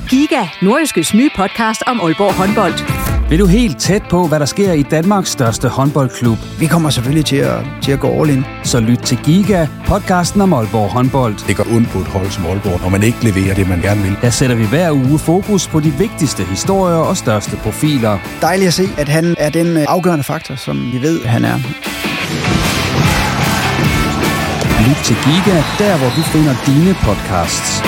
Giga, Nordjyskes nye podcast om Aalborg håndbold. Vil du helt tæt på, hvad der sker i Danmarks største håndboldklub? Vi kommer selvfølgelig til at gå all in. Så lyt til Giga, podcasten om Aalborg håndbold. Det går ondt på et hold som Aalborg, når man ikke leverer det, man gerne vil. Der sætter vi hver uge fokus på de vigtigste historier og største profiler. Dejligt at se, at han er den afgørende faktor, som vi ved, han er. Lyt til Giga, der hvor du finder dine podcasts.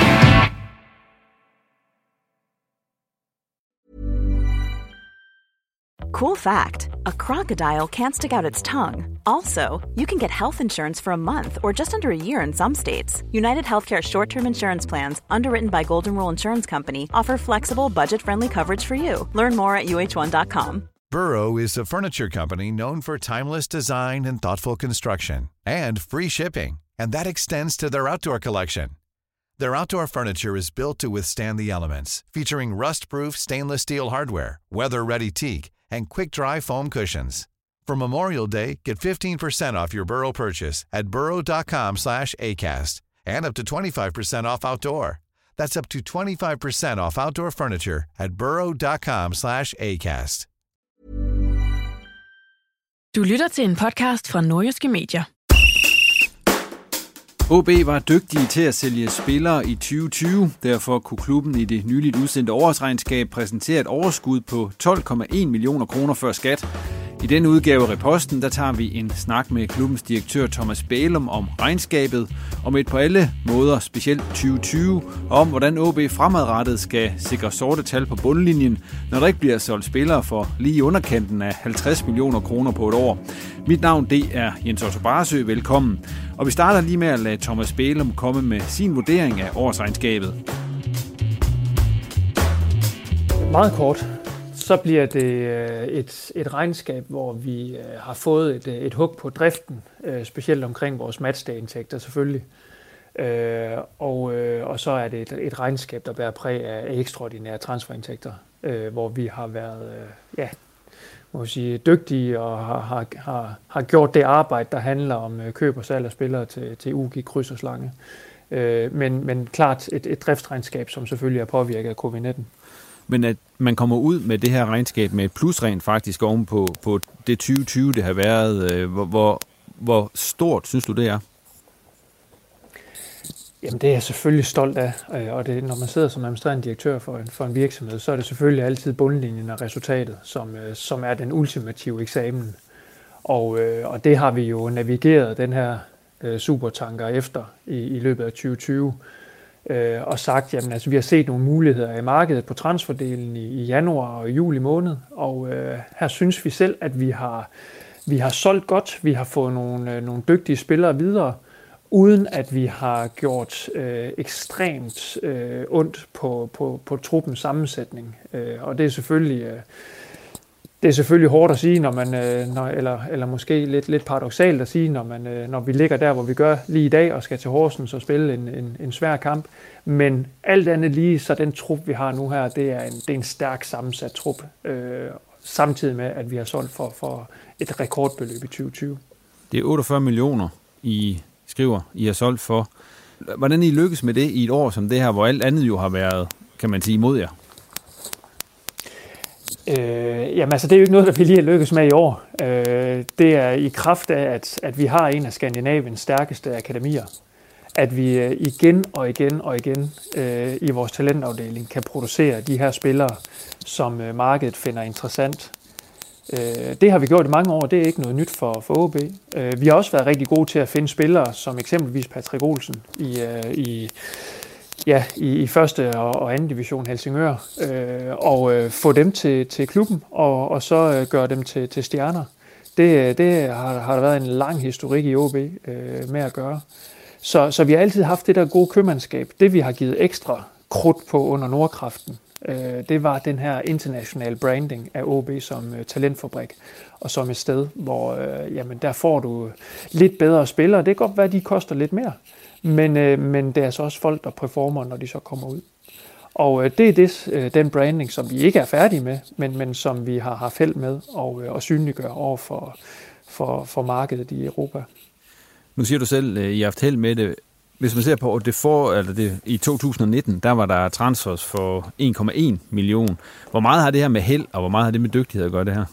Cool fact, a crocodile can't stick out its tongue. Also, you can get health insurance for a month or just under a year in some states. United Healthcare short-term insurance plans, underwritten by Golden Rule Insurance Company, offer flexible, budget-friendly coverage for you. Learn more at uh1.com. Burrow is a furniture company known for timeless design and thoughtful construction, and free shipping, and that extends to their outdoor collection. Their outdoor furniture is built to withstand the elements, featuring rust-proof stainless steel hardware, weather-ready teak, and quick-dry foam cushions. For Memorial Day, get 15% off your Burrow purchase at burrow.com/acast, and up to 25% off outdoor. That's up to 25% off outdoor furniture at burrow.com/acast. Du lytter til en podcast fra Nordjyske Medier. OB var dygtige til at sælge spillere i 2020. Derfor kunne klubben i det nyligt udsendte årsregnskab præsentere et overskud på 12,1 millioner kroner før skat. I denne udgave af Reposten, der tager vi en snak med klubbens direktør Thomas Bælum om regnskabet, om et på alle måder, specielt 2020, og om hvordan OB fremadrettet skal sikre sorte tal på bundlinjen, når der ikke bliver solgt spillere for lige underkanten af 50 millioner kroner på et år. Mit navn, det er Jens Otto Barsø. Velkommen. Og vi starter lige med at lade Thomas Bælum komme med sin vurdering af årsregnskabet. Meget kort. Så bliver det et regnskab, hvor vi har fået et hug på driften, specielt omkring vores matchday-indtægter selvfølgelig. Og så er det et regnskab, der bærer præg af ekstraordinære transferindtægter, hvor vi har været dygtige og har gjort det arbejde, der handler om køb og salg af spillere til UG, kryds og slange. Men klart et driftsregnskab, som selvfølgelig er påvirket af covid-19. Men at man kommer ud med det her regnskab med et plus rent faktisk ovenpå på det 2020, det har været. Hvor stort synes du, det er? Jamen, det er jeg selvfølgelig stolt af. Og det, når man sidder som administrerende direktør for en virksomhed, så er det selvfølgelig altid bundlinjen og resultatet, som er den ultimative eksamen. Og det har vi jo navigeret den her supertanker efter i løbet af 2020. Og sagt, jamen altså, vi har set nogle muligheder i markedet på transferdelen i januar og juli måned, og her synes vi selv, at vi har solgt godt, vi har fået nogle dygtige spillere videre, uden at vi har gjort ekstremt ondt på truppens sammensætning. Og det er selvfølgelig hårdt at sige, når man, eller måske lidt paradoksalt at sige, når vi ligger der, hvor vi gør lige i dag, og skal til Horsens og spille en svær kamp. Men alt andet lige, så den trup, vi har nu her, det er en stærk sammensat trup, samtidig med, at vi har solgt for et rekordbeløb i 2020. Det er 48 millioner, I skriver, I har solgt for. Hvordan I lykkes med det i et år som det her, hvor alt andet jo har været, kan man sige, imod jer? Jamen altså, det er jo ikke noget, der vi lige har lykkes med i år. Det er i kraft af, at vi har en af Skandinaviens stærkeste akademier. At vi igen og igen i vores talentafdeling kan producere de her spillere, som markedet finder interessant. Det har vi gjort i mange år, det er ikke noget nyt for OB. Vi har også været rigtig gode til at finde spillere, som eksempelvis Patrick Olsen i første og anden division Helsingør, og få dem til klubben, og så gøre dem til stjerner. Det har der været en lang historik i OB med at gøre. Så vi har altid haft det der gode købmandskab. Det vi har givet ekstra krudt på under Nordkraften, det var den her internationale branding af OB som talentfabrik, og som et sted, hvor der får du lidt bedre spillere. Det kan godt være, at de koster lidt mere, men det er så også folk, der performer, når de så kommer ud. Og det er den branding, som vi ikke er færdige med, men som vi har haft held med og synliggøre over for markedet i Europa. Nu siger du selv, at I har haft held med det. Hvis man ser på det i 2019, der var der transfers for 1,1 million. Hvor meget har det her med held, og hvor meget har det med dygtighed at gøre det her?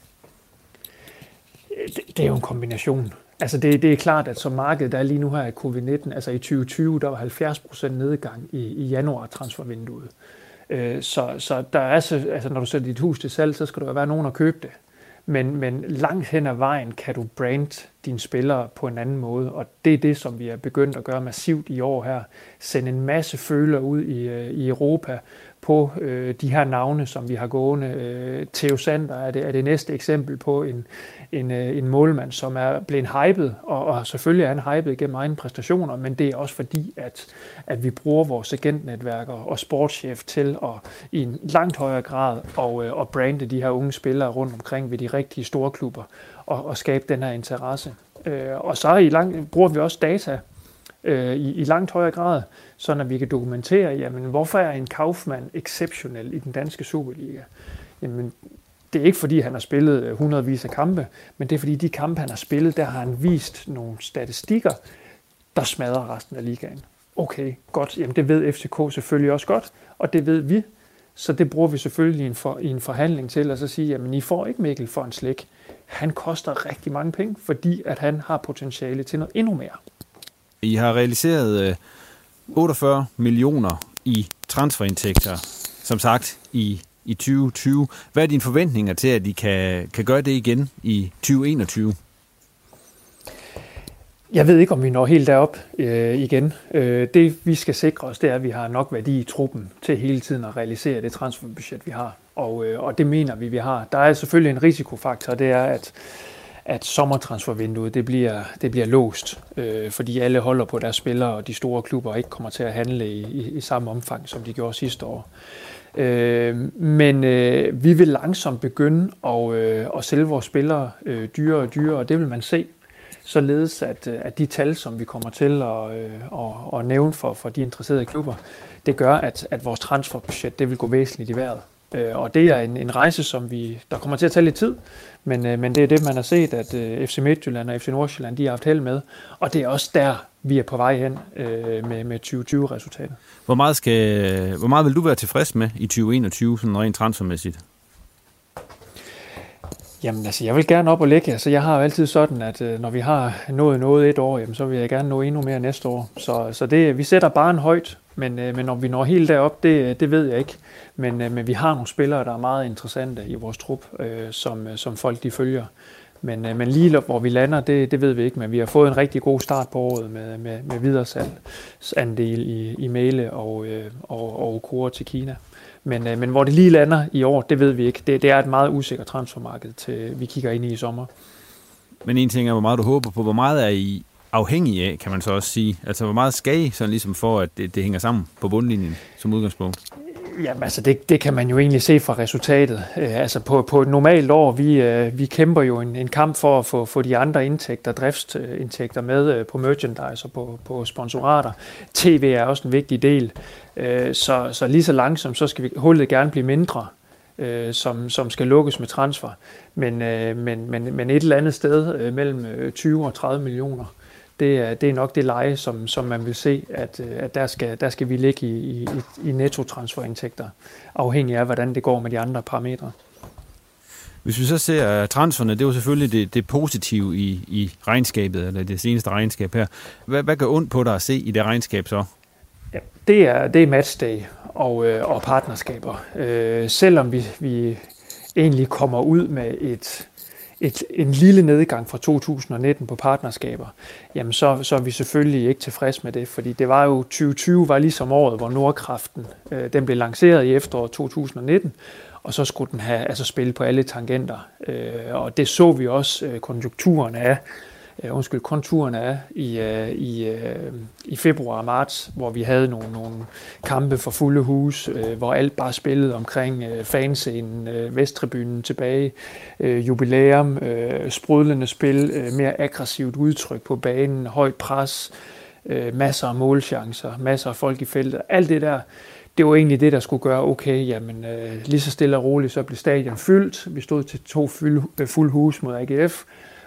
Det er jo en kombination. Altså det er klart, at som markedet der er lige nu her i covid-19, altså i 2020, der var 70% nedgang i januar transfervinduet. Så der er altså når du sætter dit hus til salg, så skal der være nogen at købe det. Men langt hen ad vejen kan du brande dine spillere på en anden måde, og det er det, som vi er begyndt at gøre massivt i år her. Sende en masse føler ud i Europa på de her navne, som vi har gående. Theo Sander er det næste eksempel på en målmand, som er blevet hypet, og selvfølgelig er han hypet gennem egne præstationer, men det er også fordi, at vi bruger vores agentnetværk og sportschef til at i en langt højere grad at brande de her unge spillere rundt omkring ved de rigtige store klubber og skabe den her interesse. Og så bruger vi også data i langt højere grad, så når vi kan dokumentere, jamen hvorfor er en Kaufmann exceptionel i den danske Superliga? Jamen det er ikke fordi, han har spillet hundredvis af kampe, men det er fordi, de kampe, han har spillet, der har han vist nogle statistikker, der smadrer resten af ligaen. Okay, godt. Jamen det ved FCK selvfølgelig også godt, og det ved vi. Så det bruger vi selvfølgelig i en forhandling til at så sige, jamen I får ikke Mikkel for en slæk. Han koster rigtig mange penge, fordi at han har potentiale til noget endnu mere. I har realiseret 48 millioner i transferindtægter, som sagt, i 2020. Hvad er dine forventninger til, at I kan gøre det igen i 2021? Jeg ved ikke, om vi når helt derop igen. Det vi skal sikre os, det er, at vi har nok værdi i truppen til hele tiden at realisere det transferbudget, vi har. Og det mener vi har. Der er selvfølgelig en risikofaktor, det er, at sommertransfervinduet det bliver låst, fordi alle holder på deres spillere, og de store klubber ikke kommer til at handle i samme omfang, som de gjorde sidste år. Men vi vil langsomt begynde at sælge vores spillere dyrere og dyrere, og det vil man se, således at de tal, som vi kommer til at nævne for de interesserede klubber, det gør, at vores transferbudget det vil gå væsentligt i vejret. Og det er en rejse, der kommer til at tage lidt tid, men det er det, man har set, at FC Midtjylland og FC Nordsjælland de har haft held med, og det er også der, vi er på vej hen med 2020-resultatet. Hvor meget vil du være tilfreds med i 2021, sådan rent transfermæssigt? Jamen altså, jeg vil gerne op og lægge. Altså, jeg har jo altid sådan, at når vi har nået noget et år, jamen, så vil jeg gerne nå endnu mere næste år. Så vi sætter barren højt, men når vi når helt derop, det ved jeg ikke. Men vi har nogle spillere, der er meget interessante i vores trup, som folk de følger. Men lige hvor vi lander, det ved vi ikke. Men vi har fået en rigtig god start på året med videresalgsandel i Mæle og Okura til Kina. Men hvor det lige lander i år, det ved vi ikke. Det er et meget usikkert transfermarked, til vi kigger ind i sommer. Men en ting er, hvor meget du håber på. Hvor meget er I afhængige af, kan man så også sige? Altså, hvor meget skal I sådan ligesom for, at det hænger sammen på bundlinjen som udgangspunkt? Jamen altså, det kan man jo egentlig se fra resultatet. Altså på et normalt år, vi kæmper jo en kamp for at få de andre indtægter, driftsindtægter med på merchandise og på sponsorater. TV er også en vigtig del. Så lige så langsomt, så skal hullet gerne blive mindre, som skal lukkes med transfer. Men et eller andet sted mellem 20 og 30 millioner, det er nok det leje, som man vil se, at der skal vi ligge i nettotransferindtægter, afhængig af, hvordan det går med de andre parametre. Hvis vi så ser transferne, det er jo selvfølgelig det positive i regnskabet, eller det seneste regnskab her. Hvad gør ondt på dig at se i det regnskab så? Ja, det er matchday og partnerskaber. Selvom vi egentlig kommer ud med en lille nedgang fra 2019 på partnerskaber, jamen så er vi selvfølgelig ikke tilfreds med det, fordi det var jo 2020 var ligesom året, hvor Nordkraften den blev lanceret i efteråret 2019, og så skulle den have spil på alle tangenter, og det så vi også konturerne af i februar og marts, hvor vi havde nogle kampe for fulde hus, hvor alt bare spillede omkring fanscenen, Vesttribunen tilbage, jubilæum, sprudlende spil, mere aggressivt udtryk på banen, højt pres, masser af målchancer, masser af folk i feltet. Alt det der, det var egentlig det, der skulle gøre okay, jamen lige så stille og roligt, så blev stadion fyldt. Vi stod til 2 fuld hus mod AGF,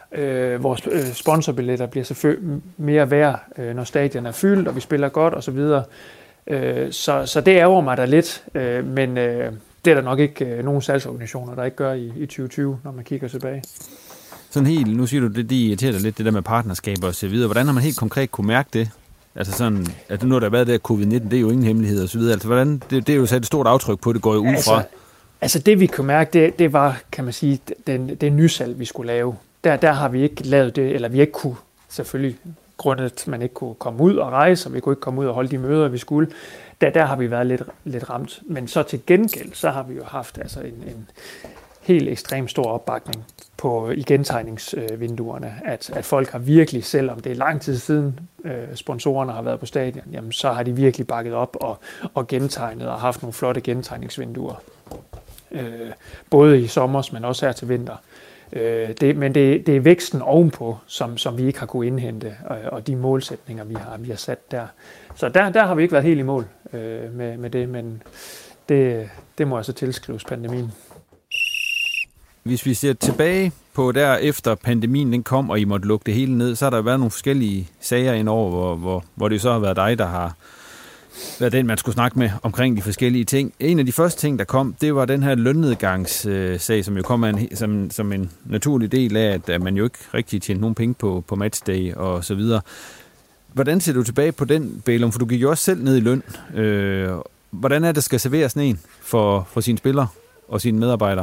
Vores sponsorbilletter bliver selvfølgelig mere værd, når stadion er fyldt, og vi spiller godt osv. Så det ærger mig da lidt, men det er der nok ikke nogen salgsorganisationer, der ikke gør i 2020, når man kigger tilbage. Sådan helt, nu siger du, det irriterer dig lidt, det der med partnerskaber og så videre. Hvordan har man helt konkret kunne mærke det? Altså sådan, at nu har der været der covid-19, det er jo ingen hemmelighed og så videre. Altså hvordan, det er jo sat et stort aftryk på, det går jo ud fra. Altså det vi kunne mærke, det var, kan man sige, det nysalg, vi skulle lave. Der har vi ikke lavet det, eller vi ikke kunne, selvfølgelig grundet, at man ikke kunne komme ud og rejse, og vi kunne ikke komme ud og holde de møder, vi skulle. Der har vi været lidt ramt. Men så til gengæld, så har vi jo haft altså en helt ekstremt stor opbakning i gentegningsvinduerne, at folk har virkelig, selvom det er lang tid siden sponsorerne har været på stadion, jamen så har de virkelig bakket op og gentegnet og haft nogle flotte gentegningsvinduer. Både i sommer, men også her til vinter. Men det er væksten ovenpå, som vi ikke har kunnet indhente, og de målsætninger, vi har sat der. Så der har vi ikke været helt i mål med det, men det må altså tilskrives pandemien. Hvis vi ser tilbage på der efter pandemien den kom, og I måtte lukke det hele ned, så har der været nogle forskellige sager indover, hvor det så har været dig, der har været den, man skulle snakke med omkring de forskellige ting. En af de første ting, der kom, det var den her lønnedgangssag, som jo kom som en naturlig del af, at man jo ikke rigtig tjente nogen penge på matchday og så videre. Hvordan ser du tilbage på den, Bælum? For du gik jo også selv ned i løn. Hvordan er det, skal serveres sådan en for sine spillere og sine medarbejdere?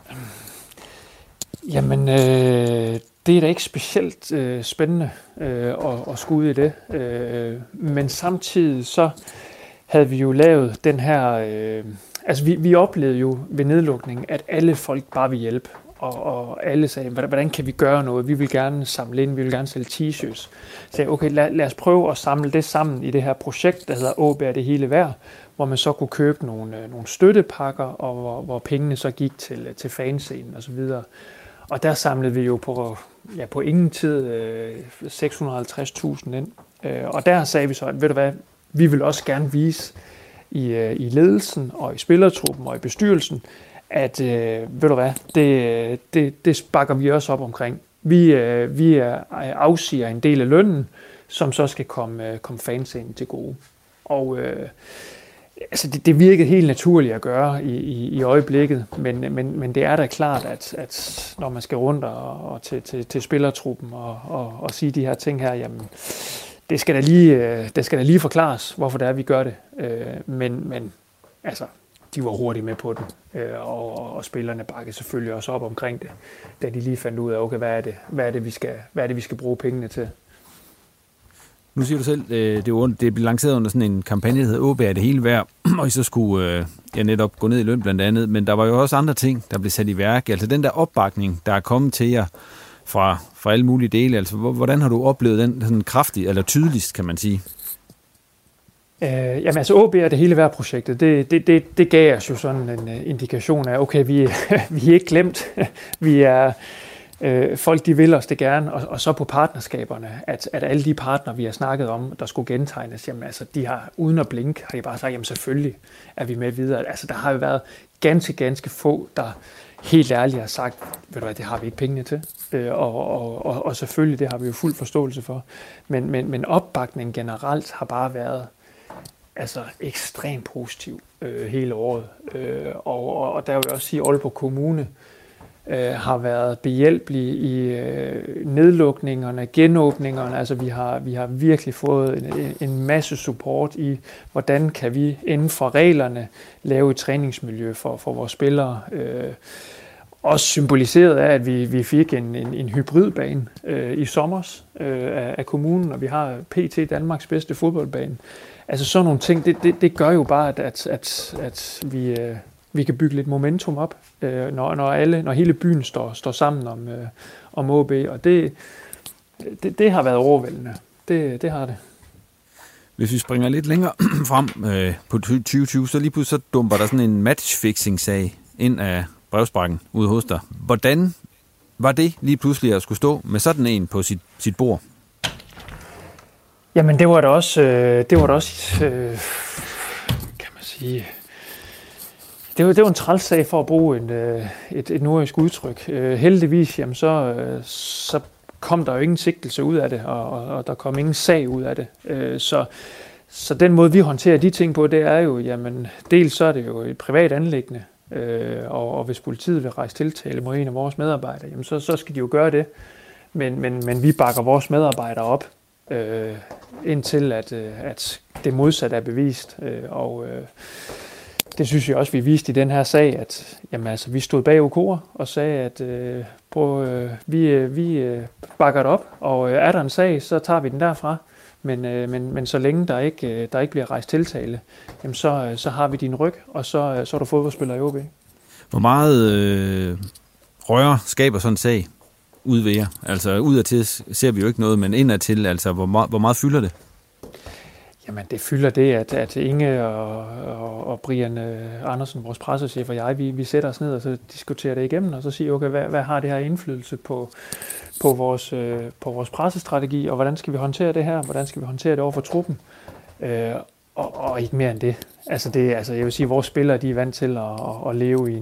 Jamen, det er da ikke specielt spændende at skulle ud i det. Men samtidig så havde vi jo lavet den her... altså vi oplevede jo ved nedlukningen, at alle folk bare vil hjælpe. Og alle sagde, hvordan kan vi gøre noget? Vi vil gerne samle ind, vi vil gerne sælge t-shirts. Så sagde okay, lad os prøve at samle det sammen i det her projekt, der hedder AaB er det hele værd, hvor man så kunne købe nogle støttepakker, og hvor pengene så gik til fanscenen og så videre. Og der samlede vi jo på ingen tid 650.000 ind. Og der sagde vi så, at ved du hvad, vi vil også gerne vise i ledelsen og i spillertruppen og i bestyrelsen, at ved du hvad, det bakker vi også op omkring. Vi afsiger en del af lønnen, som så skal komme fanscenen til gode. Og altså det virkede helt naturligt at gøre i øjeblikket, men det er da klart, at når man skal rundt og til spillertruppen og sige de her ting her, jamen det skal da lige forklares, hvorfor det er, vi gør det. Men altså, de var hurtigt med på den, og spillerne bakkede selvfølgelig også op omkring det, da de lige fandt ud af, okay, hvad er det, vi skal bruge pengene til. Nu siger du selv, det blev lanceret under sådan en kampagne, der hedder AaB er det hele værd, og I så skulle netop gå ned i løn blandt andet, men der var jo også andre ting, der blev sat i værk. Altså den der opbakning, der er kommet til jer fra alle mulige dele, altså hvordan har du oplevet den sådan kraftigt, eller tydeligst, kan man sige? Jamen altså AaB er det hele værd projektet, det gav os jo sådan en indikation af, okay, vi er ikke glemt, vi er... folk de vil os det gerne, og så på partnerskaberne, at alle de partnere, vi har snakket om, der skulle gentegnes, jamen altså, de har uden at blinke, har de bare sagt, jamen selvfølgelig er vi med videre. Altså der har jo været ganske få, der helt ærligt har sagt, ved du hvad, det har vi ikke pengene til, og selvfølgelig, det har vi jo fuld forståelse for, men opbakningen generelt har bare været altså ekstremt positiv hele året, og der vil jeg også sige, at Aalborg Kommune har været behjælpelige i nedlukningerne, genåbningerne. Altså vi har virkelig fået en masse support i, hvordan kan vi inden for reglerne lave et træningsmiljø for vores spillere. Også symboliseret af, at vi fik en hybridbane i sommers af kommunen, og vi har PT Danmarks bedste fodboldbane. Altså sådan nogle ting, det gør jo bare, at vi kan bygge lidt momentum op, når hele byen står sammen om AaB, og det har været overvældende. Det har det. Hvis vi springer lidt længere frem på 2020, så lige pludselig så dumper der sådan en matchfixing-sag ind af brevsprækken ude hos dig. Hvordan var det lige pludselig at skulle stå med sådan en på sit bord? Jamen det var da også kan man sige... Det var en træls sag for at bruge et nordjysk udtryk. Heldigvis, jamen, så kom der jo ingen sigtelse ud af det, og der kom ingen sag ud af det. Så den måde, vi håndterer de ting på, det er jo, jamen, dels så er det jo et privat anliggende, og hvis politiet vil rejse tiltale mod en af vores medarbejdere, jamen, så skal de jo gøre det. Men vi bakker vores medarbejdere op, indtil at det modsatte er bevist. Det synes jeg også, vi viste i den her sag, at jamen, altså, vi stod bag OK'er og sagde, at vi bakker det op, og er der en sag, så tager vi den derfra. Men så længe der ikke bliver rejst tiltale, jamen, så har vi din ryg, og så er du fodboldspiller i OB. Hvor meget røre skaber sådan en sag ud ved jer? Altså udadtil ser vi jo ikke noget, men indadtil, altså hvor meget fylder det? Jamen det fylder det, at Inge og Brian Andersen, vores pressechef og jeg, vi sætter os ned og så diskuterer det igennem, og så siger okay, hvad har det her indflydelse på vores pressestrategi, og hvordan skal vi håndtere det her, hvordan skal vi håndtere det over for truppen, og ikke mere end det. Altså jeg vil sige, at vores spillere de er vant til at leve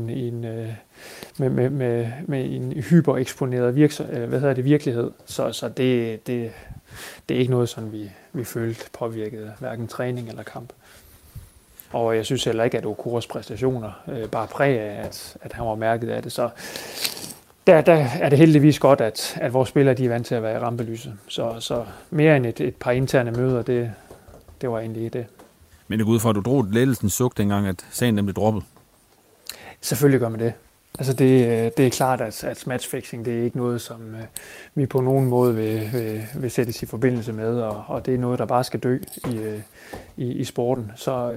med en hypereksponeret virkelighed, så det er ikke noget, som vi følte påvirkede hverken træning eller kamp. Og jeg synes heller ikke, at Okuras præstationer bare præg af, at han var mærket af det. Så der er det heldigvis godt, at vores spillere de er vant til at være i rampelyset. Så mere end et par interne møder, det var egentlig det. Men det går ud fra, at du drog et lettelsens suk dengang, at sagen blev droppet? Selvfølgelig gør man det. Altså det er klart, at matchfixing det er ikke noget, som vi på nogen måde vil sættes i forbindelse med, og det er noget, der bare skal dø i sporten.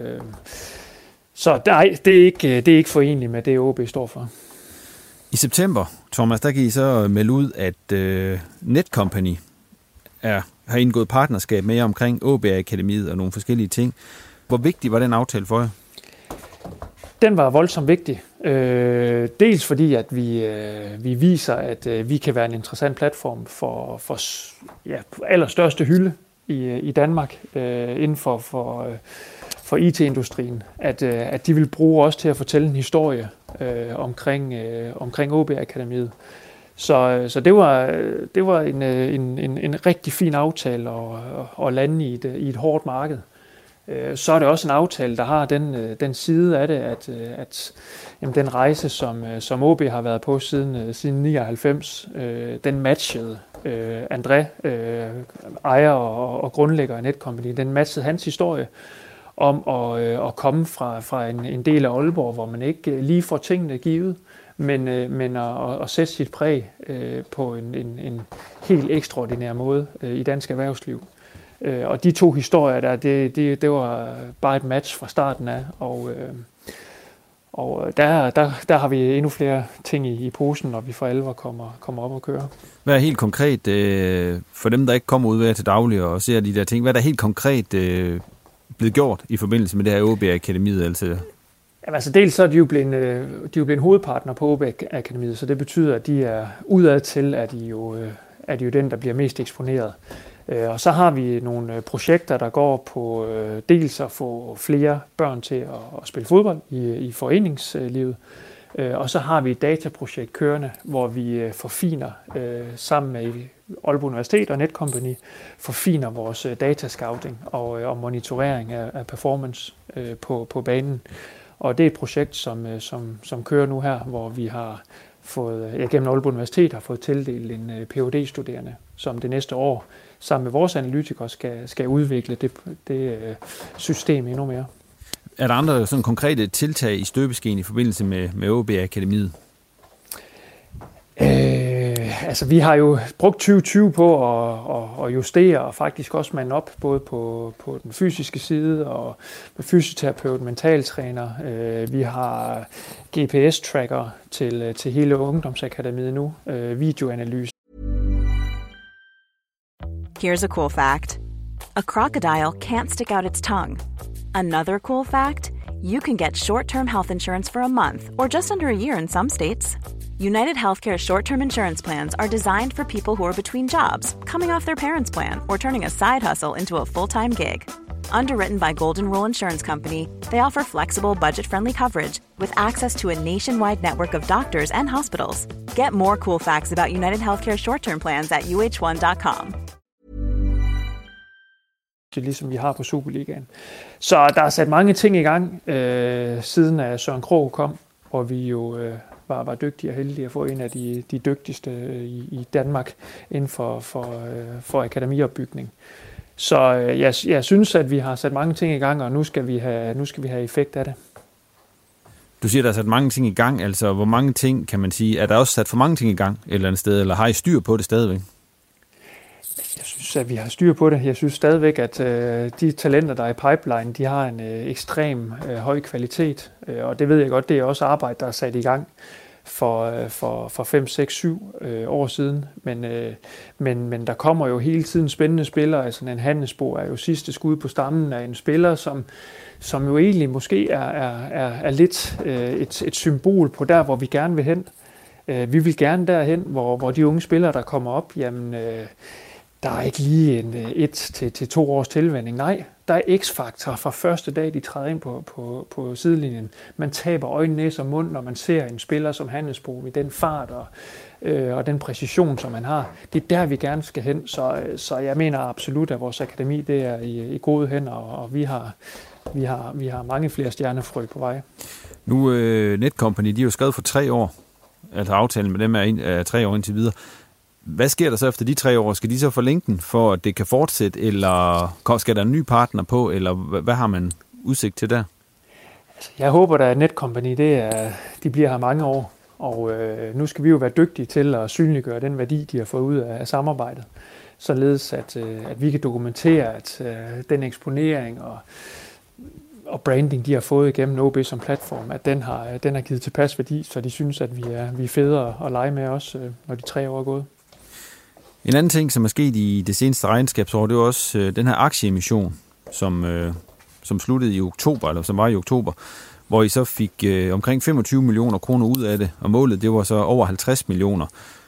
Så nej, det er ikke forenligt med det, OB står for. I september, Thomas, der kan I så melde ud, at Netcompany har indgået partnerskab med jer omkring OB Akademiet og nogle forskellige ting. Hvor vigtig var den aftale for jer? Den var voldsomt vigtig. Dels fordi, at vi viser, at vi kan være en interessant platform for allerstørste hylde i Danmark inden for IT-industrien. At de vil bruge os til at fortælle en historie omkring OB Akademiet. Så det var en rigtig fin aftale at lande i et hårdt marked. Så er det også en aftale, der har den side af det, at jamen, den rejse, som OB har været på siden 99, den matchede André, ejer og grundlægger af Netcompany, den matchede hans historie om at komme fra en del af Aalborg, hvor man ikke lige får tingene givet, men at sætte sit præg på en helt ekstraordinær måde i dansk erhvervsliv. Og de to historier det var bare et match fra starten af, og der har vi endnu flere ting i posen, når vi for alvor kommer op og kører. Hvad er helt konkret, for dem, der ikke kommer ud ved til daglig og ser de der ting, hvad er der helt konkret blevet gjort i forbindelse med det her OB Akademiet? Altså dels så er de jo blevet hovedpartner på OB Akademiet, så det betyder, at de er udad til, at de jo den, der bliver mest eksponeret. Og så har vi nogle projekter, der går på dels at få flere børn til at spille fodbold i foreningslivet. Og så har vi et dataprojekt kørende, hvor vi forfiner sammen med Aalborg Universitet og Netcompany, forfiner vores datascouting og monitorering af performance på banen. Og det er et projekt, som kører nu her, hvor vi har fået, gennem Aalborg Universitet har fået tildelt en Ph.D.-studerende, som det næste år sammen med vores analytikere skal udvikle det system endnu mere. Er der andre sådan konkrete tiltag i støbeskeen i forbindelse med OB Akademiet? Altså vi har jo brugt 2020 på at justere og faktisk også mande op, både på den fysiske side og med fysioterapeut, mentaltræner. Vi har GPS-tracker til hele ungdomsakademiet nu, videoanalyse. Here's a cool fact. A crocodile can't stick out its tongue. Another cool fact, you can get short-term health insurance for a month or just under a year in some states. United Healthcare short-term insurance plans are designed for people who are between jobs, coming off their parents' plan, or turning a side hustle into a full-time gig. Underwritten by Golden Rule Insurance Company, they offer flexible, budget-friendly coverage with access to a nationwide network of doctors and hospitals. Get more cool facts about United Healthcare short-term plans at uh1.com. Det ligesom vi har på Superligaen. Så der er sat mange ting i gang, siden at Søren Krogh kom, hvor vi jo var dygtige og heldige at få en af de dygtigste i Danmark inden for akademiopbygning. Så jeg synes, at vi har sat mange ting i gang, og nu skal vi have effekt af det. Du siger, der er sat mange ting i gang. Altså, hvor mange ting kan man sige? Er der også sat for mange ting i gang et eller andet sted, eller har I styr på det stadigvæk? Jeg synes, at vi har styr på det. Jeg synes stadigvæk, at de talenter, der er i pipeline, de har en ekstrem høj kvalitet. Og det ved jeg godt, det er også arbejde, der er sat i gang for 5, 6, 7 år siden. Men der kommer jo hele tiden spændende spillere. Altså en Handelsbo er jo sidste skud på stammen af en spiller, som jo egentlig måske er lidt et symbol på der, hvor vi gerne vil hen. Vi vil gerne derhen, hvor de unge spillere, der kommer op, jamen der er ikke lige en 1 til 2 års tilvænning. Nej, der er x-faktor fra første dag, de træder ind på sidelinjen. Man taber øjne, næse og mund, når man ser en spiller som Handelsbo i den fart og den præcision, som man har. Det er der, vi gerne skal hen. Så jeg mener absolut, at vores akademi det er i gode hænder, og vi har mange flere stjernefrø på vej. Nu Netcompany, de er jo skrevet for 3 år. Altså aftalen med dem er 3 år indtil videre. Hvad sker der så efter de 3 år? Skal de så forlænge den, for at det kan fortsætte, eller skal der en ny partner på, eller hvad har man udsigt til der? Altså, jeg håber da, at Netcompany, de bliver her mange år, og nu skal vi jo være dygtige til at synliggøre den værdi, de har fået ud af samarbejdet, således at vi kan dokumentere, at den eksponering og branding, de har fået igennem OB som platform, at den har givet tilpas værdi, så de synes, at vi er federe at lege med os, når de 3 år er gået. En anden ting, som er sket i det seneste regnskabsår, det var også den her aktieemission, som sluttede i oktober, eller som var i oktober, hvor I så fik omkring 25 millioner kroner ud af det, og målet det var så over 50 millioner.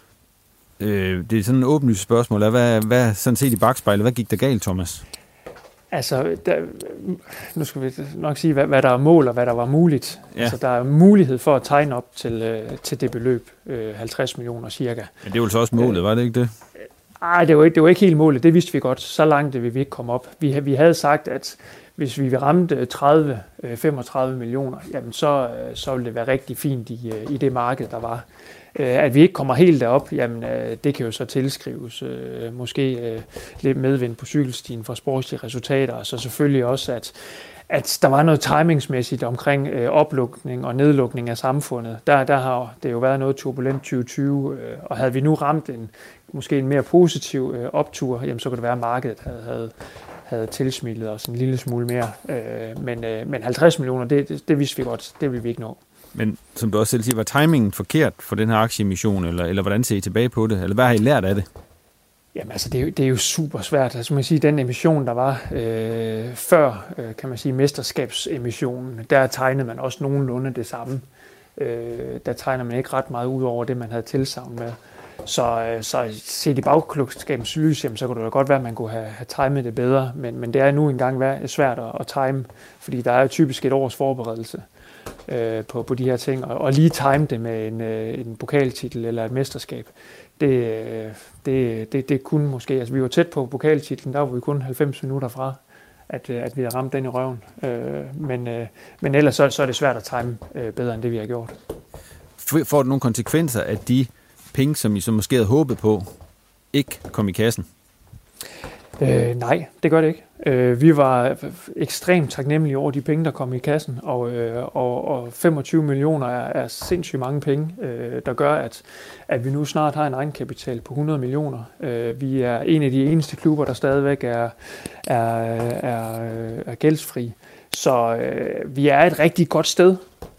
Det er sådan en åbenlyst spørgsmål. Hvad sådan set i bagspejlet, hvad gik der galt, Thomas? Altså, nu skal vi nok sige, hvad der er mål og hvad der var muligt. Ja. Altså, der er mulighed for at tegne op til det beløb, 50 millioner cirka. Men det var så også målet, var det ikke det? Nej, det var ikke helt målet. Det vidste vi godt. Så langt vil vi ikke komme op. Vi havde sagt, at hvis vi ramte 30-35 millioner, jamen så ville det være rigtig fint i det marked, der var. At vi ikke kommer helt derop, jamen det kan jo så tilskrives måske lidt medvind på cykelstien for sportslige resultater, og så selvfølgelig også, at der var noget timingsmæssigt omkring oplukning og nedlukning af samfundet. Der har det jo været noget turbulent 2020, og havde vi nu ramt måske en mere positiv optur, jamen så kunne det være, at markedet havde tilsmittet os en lille smule mere. Men 50 millioner, det vidste vi godt, det ville vi ikke nå. Men som du også selv siger, var timingen forkert for den her aktieemission, eller hvordan ser I tilbage på det? Eller hvad har I lært af det? Jamen altså, det er jo super svært. Altså man kan sige, den emission, der var før, kan man sige, mesterskabsemissionen, der tegnede man også nogenlunde det samme. Der tegner man ikke ret meget ud over det, man havde tilsagn med. Så set i bagklogskabens lys, jamen, så kunne det da godt være, at man kunne have timet det bedre. Men det er nu engang svært at time, fordi der er jo typisk et års forberedelse på de her ting. Og lige time det med en pokaltitel eller et mesterskab, det kunne måske... Altså vi var tæt på pokaltitlen, der var vi kun 90 minutter fra, at vi havde ramt den i røven. Men ellers så er det svært at time bedre, end det vi har gjort. Får det nogle konsekvenser, at de penge, som I så måske havde håbet på, ikke kom i kassen? Nej, det gør det ikke. Vi var ekstremt taknemmelige over de penge, der kom i kassen, og 25 millioner er sindssygt mange penge, der gør, at vi nu snart har en egenkapital på 100 millioner. Vi er en af de eneste klubber, der stadigvæk er gældsfri. Så vi er et rigtig godt sted,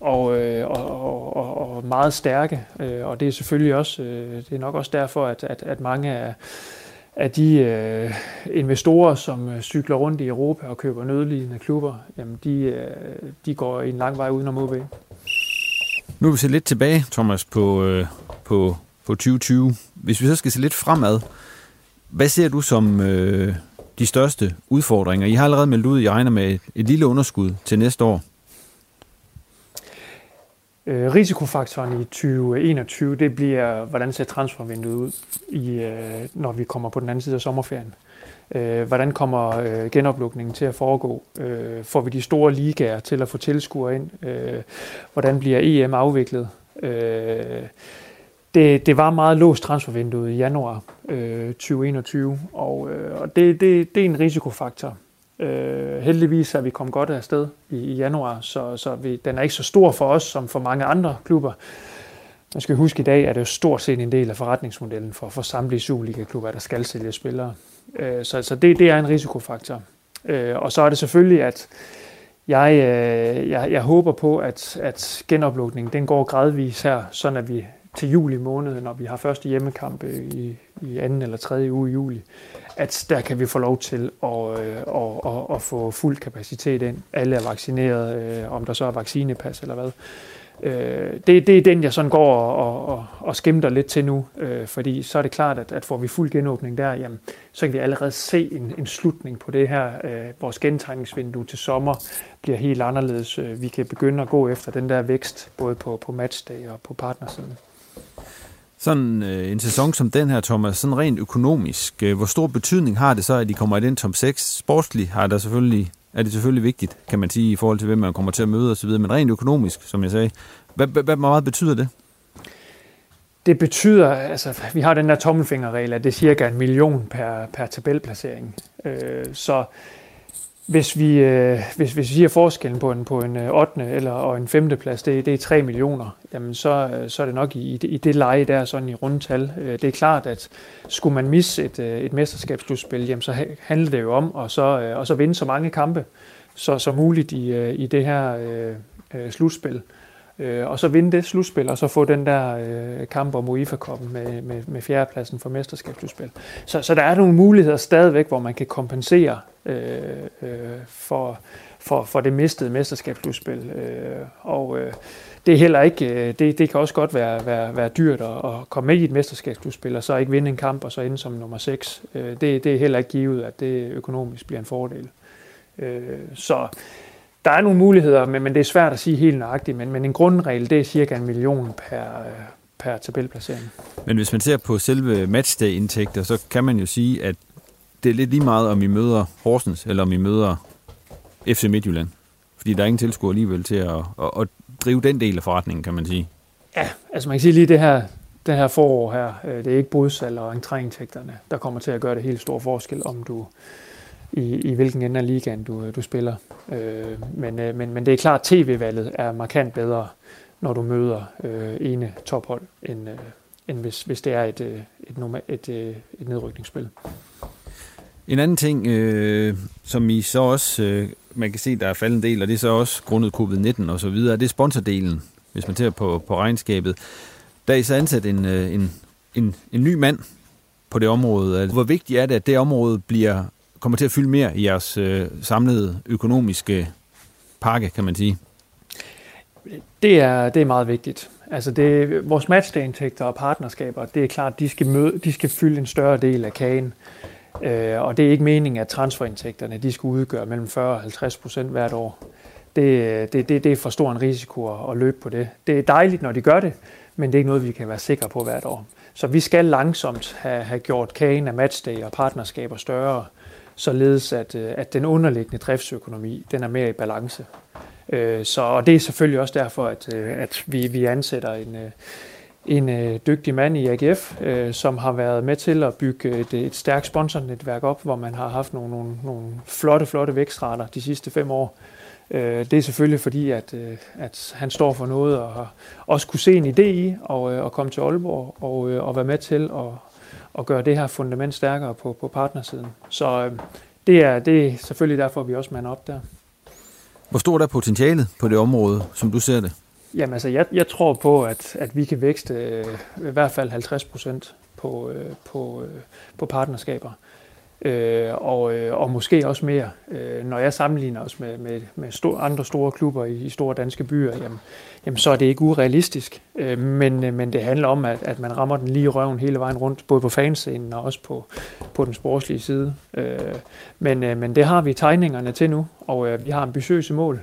og meget stærke, og det er selvfølgelig også, det er nok også derfor, at mange af de investorer, som cykler rundt i Europa og køber nødlidende klubber, jamen de går en lang vej udenom OB. Nu vil vi se lidt tilbage, Thomas, på 2020. Hvis vi så skal se lidt fremad, hvad ser du de største udfordringer? I har allerede meldt ud, at I regner med et lille underskud til næste år. Risikofaktoren i 2021, det bliver, hvordan ser transfervinduet ud, når vi kommer på den anden side af sommerferien. Hvordan kommer genoplukningen til at foregå? Får vi de store ligaer til at få tilskuere ind? Hvordan bliver EM afviklet? Det var meget låst transfervinduet i januar 2021, og det er en risikofaktor. Heldigvis er vi kommet godt afsted i januar, så den er ikke så stor for os som for mange andre klubber. Man skal huske, i dag er det jo stort set en del af forretningsmodellen for samtlige Superliga-klubber, der skal sælge spillere. Så det er en risikofaktor. Og så er det selvfølgelig, at jeg håber på, at genoplukningen den går gradvis her, sådan at vi til juli måned, når vi har første hjemmekamp i anden eller tredje uge i juli, at der kan vi få lov til at få fuld kapacitet ind. Alle er vaccineret, om der så er vaccinepas eller hvad. Det er den, jeg sådan går og skimter lidt til nu, fordi så er det klart, at får vi fuld genåbning der, jamen, så kan vi allerede se en slutning på det her. Vores gentegningsvindue til sommer bliver helt anderledes. Vi kan begynde at gå efter den der vækst, både på matchday og på partnersiden. Sådan en sæson som den her, Thomas, sådan rent økonomisk, hvor stor betydning har det så, at de kommer i den top 6? Sportsligt er det selvfølgelig vigtigt, kan man sige, i forhold til, hvem man kommer til at møde osv., men rent økonomisk, som jeg sagde, hvad meget betyder det? Det betyder, altså vi har den der tommelfingerregel, at det er cirka 1 million per tabelplacering. Så hvis vi siger forskellen på en 8. og en 5. plads, det er 3 millioner, jamen så er det nok i det leje der, sådan i rundetal. Det er klart, at skulle man misse et mesterskabsslutspil, jamen så handler det jo om at så vinde så mange kampe så muligt i det her slutspil. Og så vinde det slutspil, og så få den der kamp om UEFA-koppen med 4. pladsen for mesterskabsslutspil. Så der er nogle muligheder stadigvæk, hvor man kan kompensere for det mistede mesterskabsslutspil. Og det er heller ikke, det kan også godt være dyrt at komme med i et mesterskabsslutspil, og så ikke vinde en kamp, og så ende som nummer 6. Det er heller ikke givet, at det økonomisk bliver en fordel. Så der er nogle muligheder, men det er svært at sige helt nøjagtigt, men en grundregel, det er cirka 1 million per tabelplacering. Men hvis man ser på selve matchday-indtægter, så kan man jo sige, at det er lidt lige meget, om I møder Horsens, eller om I møder FC Midtjylland. Fordi der er ingen tilskuer alligevel til at drive den del af forretningen, kan man sige. Ja, altså man kan sige lige det her forår her, det er ikke brudsal og entréindtægterne, der kommer til at gøre det helt store forskel, om du i hvilken ende af ligaen du spiller. Men det er klart, at tv-valget er markant bedre, når du møder ene tophold, end hvis det er et nedrykningsspil. En anden ting, som I så også, man kan se, der er faldet en del, og det er så også grundet covid-19 og så videre, det er sponsordelen, hvis man ser på regnskabet. Der er I så ansat en ny mand på det område. Hvor vigtigt er det, at det område kommer til at fylde mere i jeres samlede økonomiske pakke, kan man sige? Det er meget vigtigt. Altså vores matchday-indtægter og partnerskaber, det er klart, de skal fylde en større del af kagen. Og det er ikke meningen, at transferindtægterne de skal udgøre mellem 40 og 50% hvert år. Det er for stor en risiko at løbe på det. Det er dejligt, når de gør det, men det er ikke noget, vi kan være sikre på hvert år. Så vi skal langsomt have gjort kagen af matchday og partnerskaber større, således at den underliggende driftsøkonomi, den er mere i balance. Og det er selvfølgelig også derfor, at vi ansætter en dygtig mand i AGF, som har været med til at bygge et stærkt sponsornetværk op, hvor man har haft nogle flotte vækstrater de sidste 5 år. Det er selvfølgelig fordi, at han står for noget og har også kunne se en idé i og komme til Aalborg og være med til at gøre det her fundament stærkere på partnersiden. Så det er selvfølgelig derfor, vi også mander op der. Hvor stort er potentialet på det område, som du ser det? Jamen altså, jeg tror på, at vi kan vækste i hvert fald 50% på partnerskaber. og måske også mere. Når jeg sammenligner os med andre store klubber i store danske byer, jamen så er det ikke urealistisk. Men det handler om, at man rammer den lige i røven hele vejen rundt, både på fanscenen og også på den sportslige side. Men det har vi tegningerne til nu, og vi har ambitiøse mål.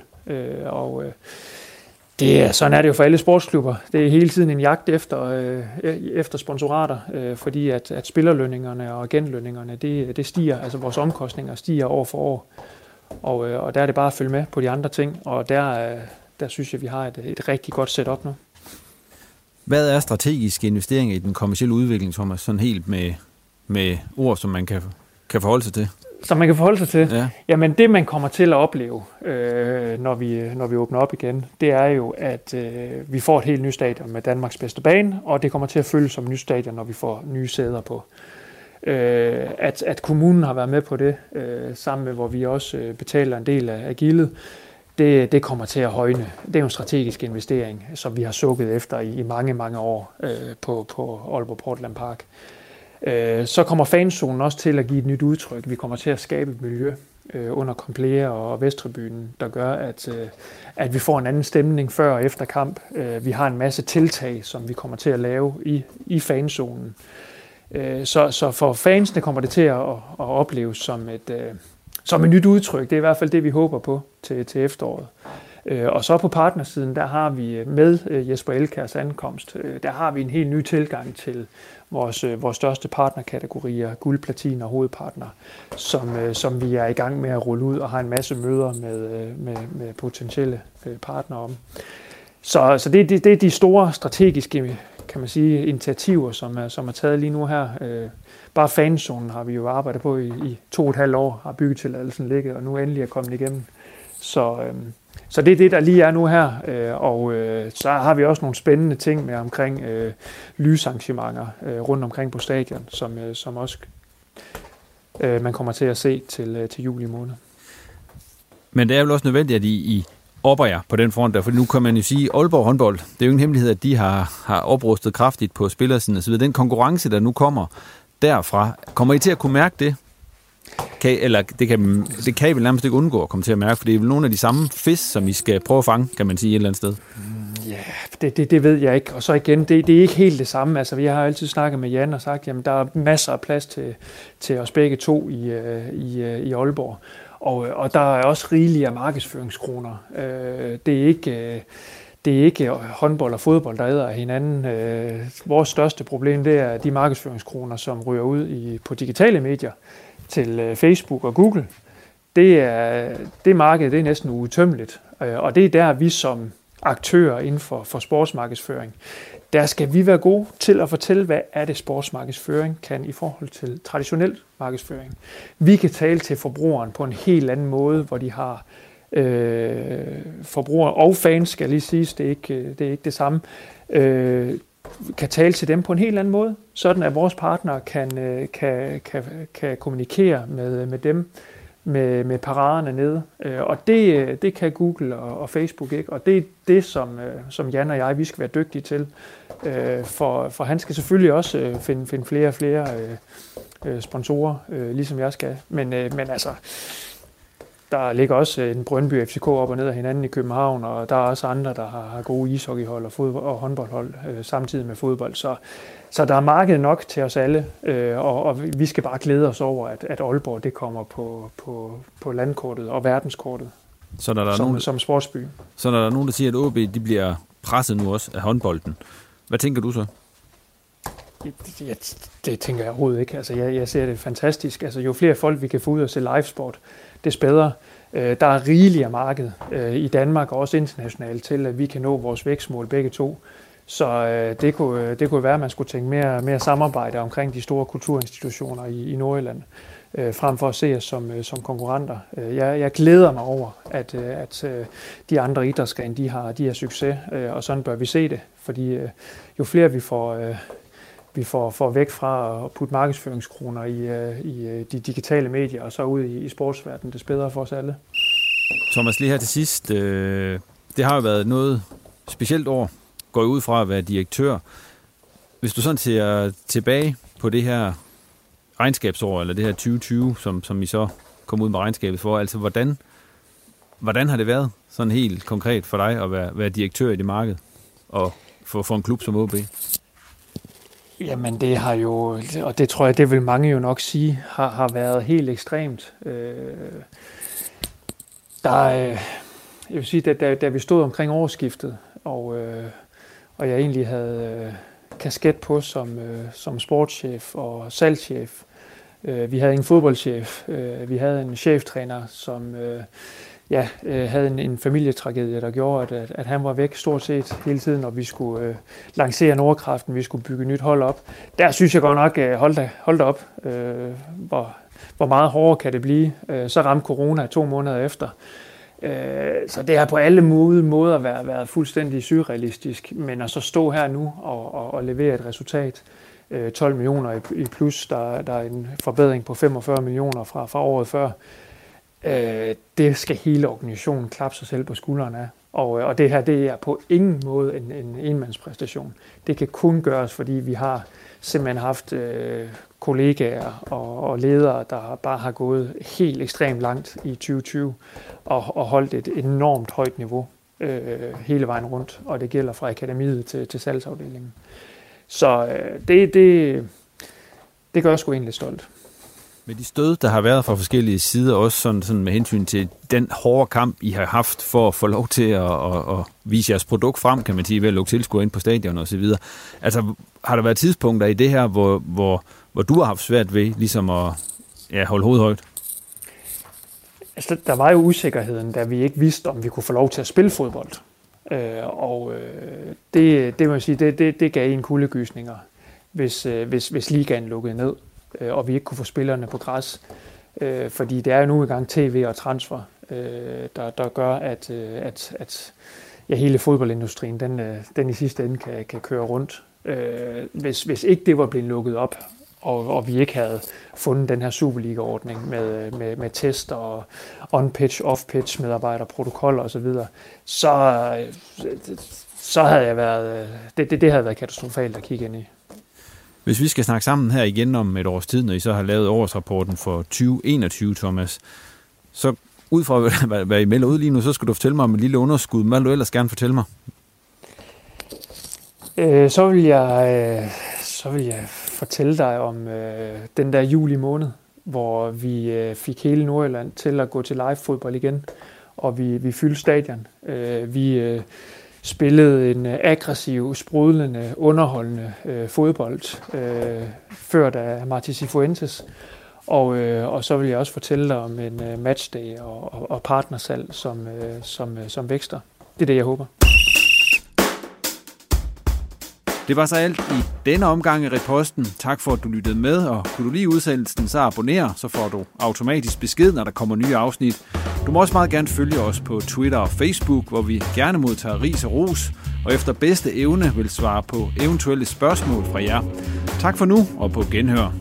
Sådan er det jo for alle sportsklubber. Det er hele tiden en jagt efter sponsorater, fordi at spillerlønningerne og agentlønningerne, det stiger, altså vores omkostninger stiger år for år. Og der er det bare at følge med på de andre ting, og der synes jeg, vi har et rigtig godt setup nu. Hvad er strategiske investeringer i den kommercielle udvikling, Thomas, sådan helt med ord, som man kan forholde sig til? Som man kan forholde sig til? Ja. Jamen det, man kommer til at opleve, når vi åbner op igen, det er jo, at vi får et helt nyt stadion med Danmarks bedste bane, og det kommer til at føles som et nyt stadion, når vi får nye sæder på. At kommunen har været med på det, sammen med, hvor vi også betaler en del af gildet, det kommer til at højne. Det er jo en strategisk investering, som vi har sukket efter i mange, mange år på Aalborg Portland Park. Så kommer fanzonen også til at give et nyt udtryk. Vi kommer til at skabe et miljø under Komplea og Vesttribunen, der gør, at vi får en anden stemning før og efter kamp. Vi har en masse tiltag, som vi kommer til at lave i fanzonen. Så for fansene kommer det til at opleves som et nyt udtryk. Det er i hvert fald det, vi håber på til efteråret. Og så på partnersiden, der har vi med Jesper Elkjærs ankomst, der har vi en helt ny tilgang til vores største partnerkategorier, guld, platin og hovedpartner, som vi er i gang med at rulle ud og har en masse møder med potentielle partnere om. Så det er de store strategiske, kan man sige, initiativer, som er taget lige nu her. Bare fanzonen har vi jo arbejdet på i 2,5 år, har byggetilladelsen ligget, og nu endelig er kommet igennem. Så det er det, der lige er nu her, og så har vi også nogle spændende ting med omkring lysarrangementer rundt omkring på stadion, som også man kommer til at se til juli måned. Men det er vel også nødvendigt, at I opper jer på den front der, for nu kan man jo sige, at Aalborg håndbold, det er jo ingen hemmelighed, at de har oprustet kraftigt på spillersiden og så videre. Den konkurrence, der nu kommer derfra, kommer I til at kunne mærke det? Det kan I vel nærmest ikke undgå at komme til at mærke, for det er vel nogle af de samme fisk, som I skal prøve at fange, kan man sige, et eller andet sted. Ja, det ved jeg ikke. Og så igen, det er ikke helt det samme. Altså, vi har altid snakket med Jan og sagt, jamen der er masser af plads til os begge to i Aalborg. Og der er også rigelige af markedsføringskroner. Det er ikke håndbold og fodbold, der æder af hinanden. Vores største problem, det er de markedsføringskroner, som ryger ud på digitale medier til Facebook og Google. Det marked, det er næsten uudtømmeligt. Og det er der, vi som aktører inden for sportsmarkedsføring, der skal vi være gode til at fortælle, hvad er det sportsmarkedsføring kan i forhold til traditionel markedsføring. Vi kan tale til forbrugeren på en helt anden måde, hvor de har forbrugere og fans, skal lige siges, det er ikke det samme, kan tale til dem på en helt anden måde, sådan at vores partnere kan kommunikere med dem med paraderne nede. Og det kan Google og Facebook ikke, og det er det, som Jan og jeg, vi skal være dygtige til. For han skal selvfølgelig også finde flere og flere sponsorer, ligesom jeg skal. Men altså, der ligger også en Brøndby FCK op og ned af hinanden i København, og der er også andre, der har gode ishockeyhold og håndboldhold samtidig med fodbold. Så der er marked nok til os alle, og vi skal bare glæde os over, at Aalborg det kommer på landkortet og verdenskortet som sportsby. Så når der er nogen, der siger, at OB de bliver presset nu også af håndbolden, hvad tænker du så? Det tænker jeg overhovedet ikke. Altså, jeg ser det fantastisk. Altså, jo flere folk vi kan få ud og se livesport, des bedre. Der er rigeligt af marked i Danmark og også internationalt til, at vi kan nå vores vækstmål begge to. Så det kunne være, at man skulle tænke mere samarbejde omkring de store kulturinstitutioner i Nordjylland, frem for at se os som konkurrenter. Jeg glæder mig over, at de andre idrætsgrene, de har succes, og sådan bør vi se det. Fordi jo flere vi får væk fra at putte markedsføringskroner i de digitale medier og så ud i sportsverdenen, det er bedre for os alle. Thomas, lige her til sidst. Det har jo været noget specielt år, går ud fra at være direktør. Hvis du sådan ser tilbage på det her regnskabsår, eller det her 2020, som I så kom ud med regnskabet for. Altså, hvordan har det været sådan helt konkret for dig at være direktør i det marked og for en klub som OB? Jamen det har jo, og det tror jeg, det vil mange jo nok sige, har været helt ekstremt. Jeg vil sige, da vi stod omkring årsskiftet, og jeg egentlig havde kasket på som sportschef og salgschef. Vi havde en fodboldchef, vi havde en cheftræner, som havde en familietragedie, der gjorde, at han var væk stort set hele tiden, og vi skulle lancere Nordkraften, vi skulle bygge et nyt hold op. Der synes jeg godt nok, hold da op, hvor meget hårdere kan det blive. Så ramte corona 2 måneder efter. Så det har på alle måder været fuldstændig surrealistisk, men at så stå her nu og levere et resultat, 12 millioner i plus, der er en forbedring på 45 millioner fra året før, det skal hele organisationen klappe sig selv på skuldrene af. Og det her, det er på ingen måde en enmandspræstation. Det kan kun gøres, fordi vi har simpelthen haft kollegaer og ledere, der bare har gået helt ekstremt langt i 2020 og holdt et enormt højt niveau hele vejen rundt. Og det gælder fra akademiet til salgsafdelingen. Så det gør sgu egentlig stolt. Med de stød, der har været fra forskellige sider, også sådan med hensyn til den hårde kamp, I har haft for at få lov til at vise jeres produkt frem, kan man sige, ved at lukke tilskuere ind på stadion og så videre. Altså, har der været tidspunkter i det her, hvor du har haft svært ved ligesom at holde hovedet højt? Altså, der var jo usikkerheden, da vi ikke vidste, om vi kunne få lov til at spille fodbold. Det må jeg sige, det gav en kuldegysninger, hvis ligaen lukkede ned, og vi ikke kunne få spillerne på græs. Fordi det er jo nu engang tv og transfer, der gør, at hele fodboldindustrien, den i sidste ende kan køre rundt. Hvis ikke det var blevet lukket op, og vi ikke havde fundet den her Superliga-ordning med test og on-pitch, off-pitch, medarbejderprotokoller osv., så havde jeg været, det havde været katastrofalt at kigge ind i. Hvis vi skal snakke sammen her igen om et års tid, når I så har lavet årsrapporten for 2021, Thomas, så ud fra hvad I melder ud lige nu, så skal du fortælle mig om et lille underskud. Hvad vil du ellers gerne fortælle mig? Så vil jeg fortælle dig om den der juli måned, hvor vi fik hele Nordjylland til at gå til live-fodbold igen, og vi fyldte stadion. Vi spillede en aggressiv, sprudlende, underholdende fodbold, ført af Marti Cifuentes. Og så vil jeg også fortælle dig om en matchday og partnersalg, som vækster. Det er det, jeg håber. Det var så alt i denne omgang af Reposten. Tak for, at du lyttede med, og kunne du lide udsendelsen, så abonner, så får du automatisk besked, når der kommer nye afsnit. Du må også meget gerne følge os på Twitter og Facebook, hvor vi gerne modtager ris og ros, og efter bedste evne vil svare på eventuelle spørgsmål fra jer. Tak for nu, og på genhør.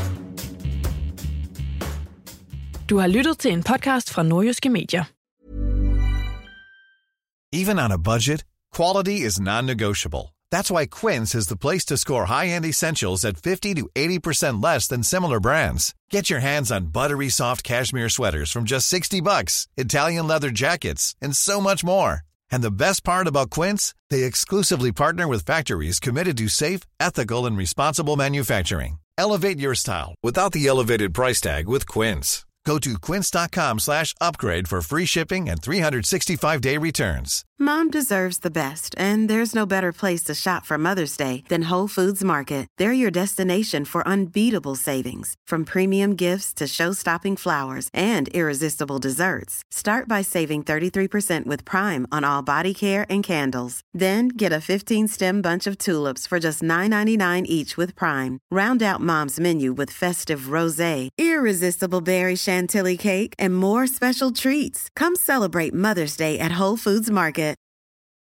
Du har lyttet til en podcast fra Nordjyske Medier. Even on a budget, quality is non-negotiable. That's why Quince is the place to score high-end essentials at 50 to 80% less than similar brands. Get your hands on buttery soft cashmere sweaters from just $60, Italian leather jackets, and so much more. And the best part about Quince, they exclusively partner with factories committed to safe, ethical, and responsible manufacturing. Elevate your style without the elevated price tag with Quince. Go to quince.com/upgrade for free shipping and 365-day returns. Mom deserves the best, and there's no better place to shop for Mother's Day than Whole Foods Market. They're your destination for unbeatable savings, from premium gifts to show-stopping flowers and irresistible desserts. Start by saving 33% with Prime on all body care and candles. Then get a 15-stem bunch of tulips for just $9.99 each with Prime. Round out Mom's menu with festive rosé, irresistible berry chantilly cake, and more special treats. Come celebrate Mother's Day at Whole Foods Market.